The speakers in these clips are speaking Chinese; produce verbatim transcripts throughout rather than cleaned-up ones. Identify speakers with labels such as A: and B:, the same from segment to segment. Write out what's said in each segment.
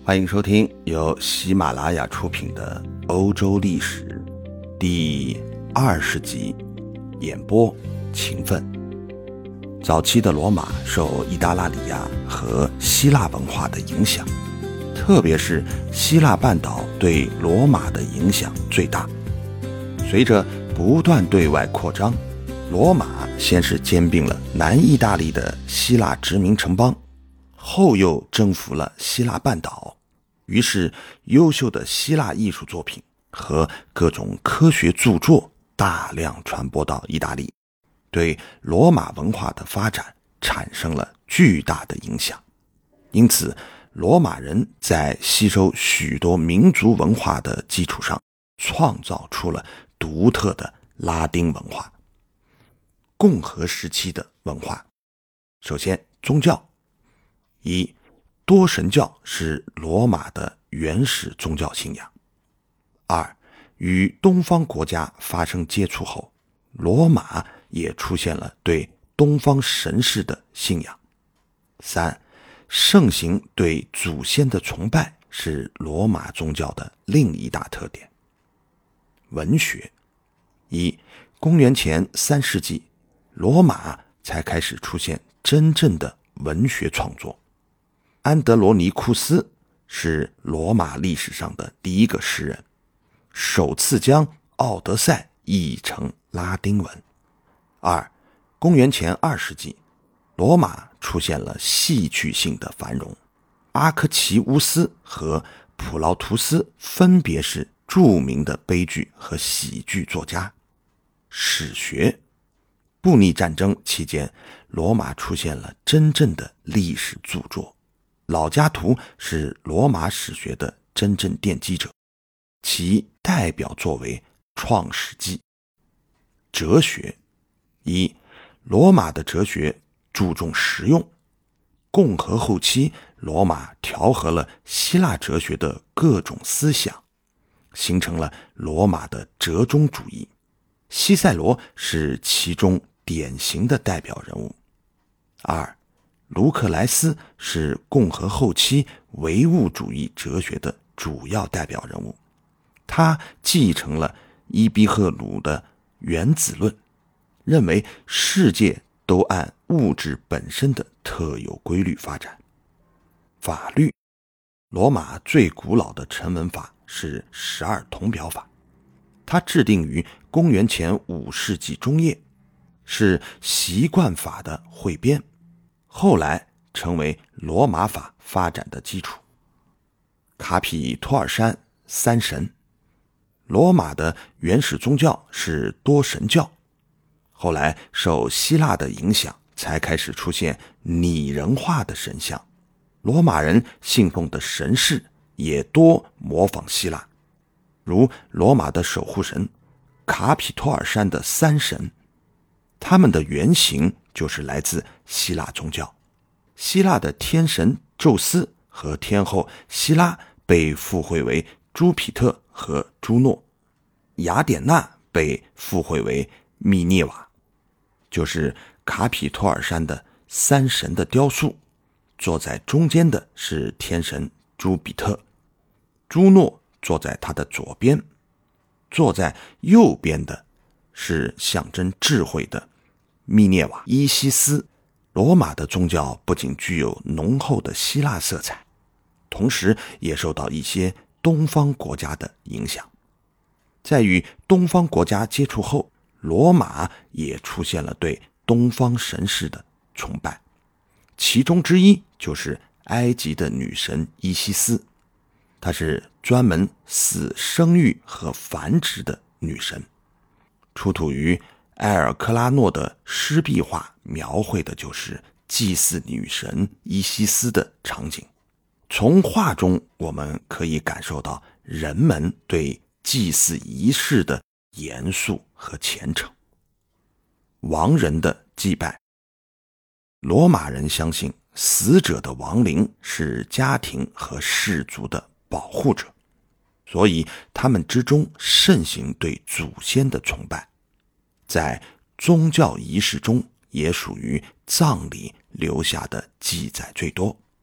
A: 欢迎收听由喜马拉雅出品的《欧洲历史》第二十集，演播勤奋。早期的罗马受意大利亚和希腊文化的影响，特别是希腊半岛对罗马的影响最大。随着不断对外扩张，罗马先是兼并了南意大利的希腊殖民城邦，后又征服了希腊半岛，于是优秀的希腊艺术作品和各种科学著作大量传播到意大利，对罗马文化的发展产生了巨大的影响。因此，罗马人在吸收许多民族文化的基础上，创造出了独特的拉丁文化。共和时期的文化，首先宗教。一、多神教是罗马的原始宗教信仰。二、与东方国家发生接触后，罗马也出现了对东方神士的信仰。三、盛行对祖先的崇拜是罗马宗教的另一大特点。文学。一、公元前三世纪，罗马才开始出现真正的文学创作。安德罗尼库斯是罗马历史上的第一个诗人，首次将《奥德赛》译成拉丁文。二、公元前二世纪，罗马出现了戏剧性的繁荣。阿克齐乌斯和普劳图斯分别是著名的悲剧和喜剧作家。史学。布匿战争期间，罗马出现了真正的历史著作。老加图是罗马史学的真正奠基者，其代表作为《创世纪》。哲学。一、罗马的哲学注重实用。共和后期，罗马调和了希腊哲学的各种思想，形成了罗马的折中主义。西塞罗是其中典型的代表人物。二、卢克莱斯是共和后期唯物主义哲学的主要代表人物，他继承了伊壁赫鲁的原子论，认为世界都按物质本身的特有规律发展。法律。罗马最古老的成文法是十二铜表法，它制定于公元前五世纪中叶，是习惯法的汇编，后来成为罗马法发展的基础。卡匹托尔山三神。罗马的原始宗教是多神教，后来受希腊的影响，才开始出现拟人化的神像。罗马人信奉的神祇也多模仿希腊，如罗马的守护神卡匹托尔山的三神，他们的原型就是来自希腊宗教。希腊的天神宙斯和天后希拉被附会为朱庇特和朱诺，雅典娜被附会为密涅瓦，就是卡匹托尔山的三神的雕塑。坐在中间的是天神朱比特，朱诺坐在他的左边，坐在右边的是象征智慧的密涅瓦伊西斯。罗马的宗教不仅具有浓厚的希腊色彩，同时也受到一些东方国家的影响。在与东方国家接触后，罗马也出现了对东方神祇的崇拜，其中之一就是埃及的女神伊西斯，她是专门祀生育和繁殖的女神。出土于埃尔克拉诺的湿壁画描绘的就是祭祀女神伊西斯的场景。从画中我们可以感受到人们对祭祀仪式的严肃和虔诚。亡人的祭拜。罗马人相信死者的亡灵是家庭和氏族的保护者，所以他们之中盛行对祖先的崇拜，在宗教仪式中也属于葬礼留下的记载最多。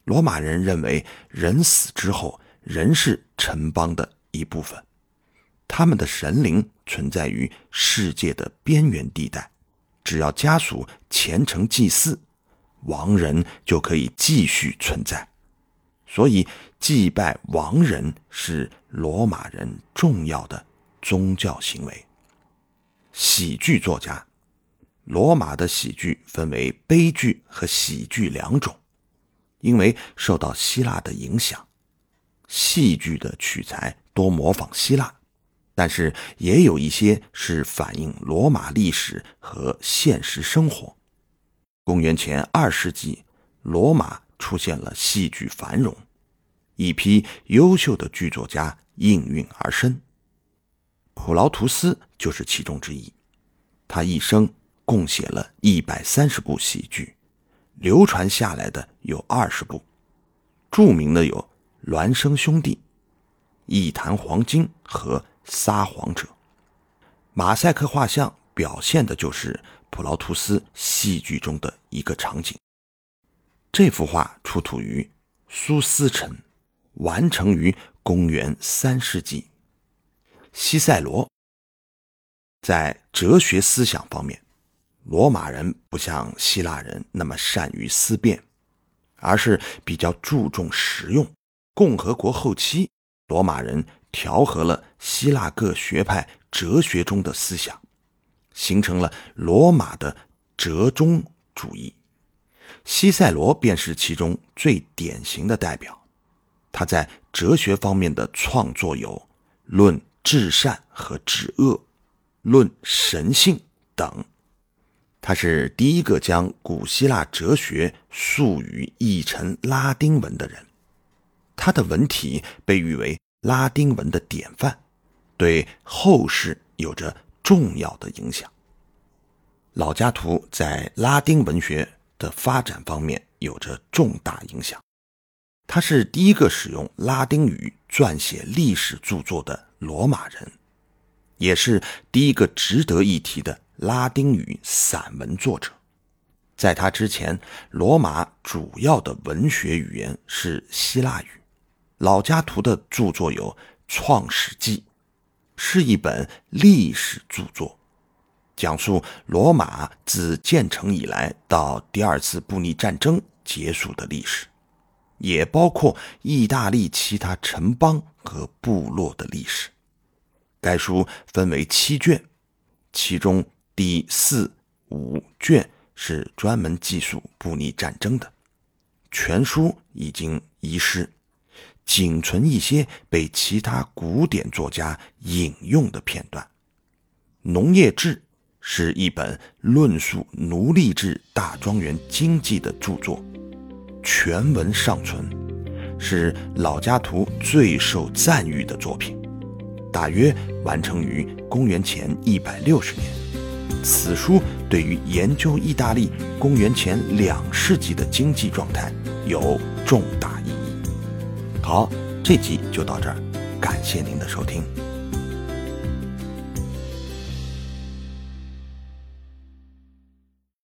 A: 罗马人认为人死之后仍是城邦的一部分，他们的神灵存在于世界的边缘地带，只要家属虔诚祭祀，亡人就可以继续存在。所以祭拜亡人是罗马人重要的宗教行为。喜剧作家，罗马的喜剧分为悲剧和喜剧两种，因为受到希腊的影响，戏剧的取材多模仿希腊，但是也有一些是反映罗马历史和现实生活。公元前二世纪，罗马出现了戏剧繁荣，一批优秀的剧作家应运而生。普劳图斯就是其中之一，他一生共写了一百三十部喜剧，流传下来的有二十部，著名的有孪生兄弟、一坛黄金和撒谎者。马赛克画像表现的就是普劳图斯戏剧中的一个场景。这幅画出土于苏斯城，完成于公元三世纪。西塞罗在哲学思想方面，罗马人不像希腊人那么善于思辨，而是比较注重实用。共和国后期，罗马人调和了希腊各学派哲学中的思想，形成了罗马的折中主义。西塞罗便是其中最典型的代表。他在哲学方面的创作有论至善和至恶、论神性等。他是第一个将古希腊哲学术语译成拉丁文的人，他的文体被誉为拉丁文的典范，对后世有着重要的影响。老加图在拉丁文学的发展方面有着重大影响，他是第一个使用拉丁语撰写历史著作的罗马人，也是第一个值得一提的拉丁语散文作者。在他之前，罗马主要的文学语言是希腊语。老加图的著作有《创世纪》，是一本历史著作，讲述罗马自建成以来到第二次布匿战争结束的历史，也包括意大利其他城邦和部落的历史。该书分为七卷，其中第四、五卷是专门记述布匿战争的，全书已经遗失，仅存一些被其他古典作家引用的片段。《农业志》是一本论述奴隶制大庄园经济的著作，全文尚存，是老加图最受赞誉的作品，大约完成于公元前一百六十年。此书对于研究意大利公元前两世纪的经济状态有重大意义。好，这集就到这儿，感谢您的收听。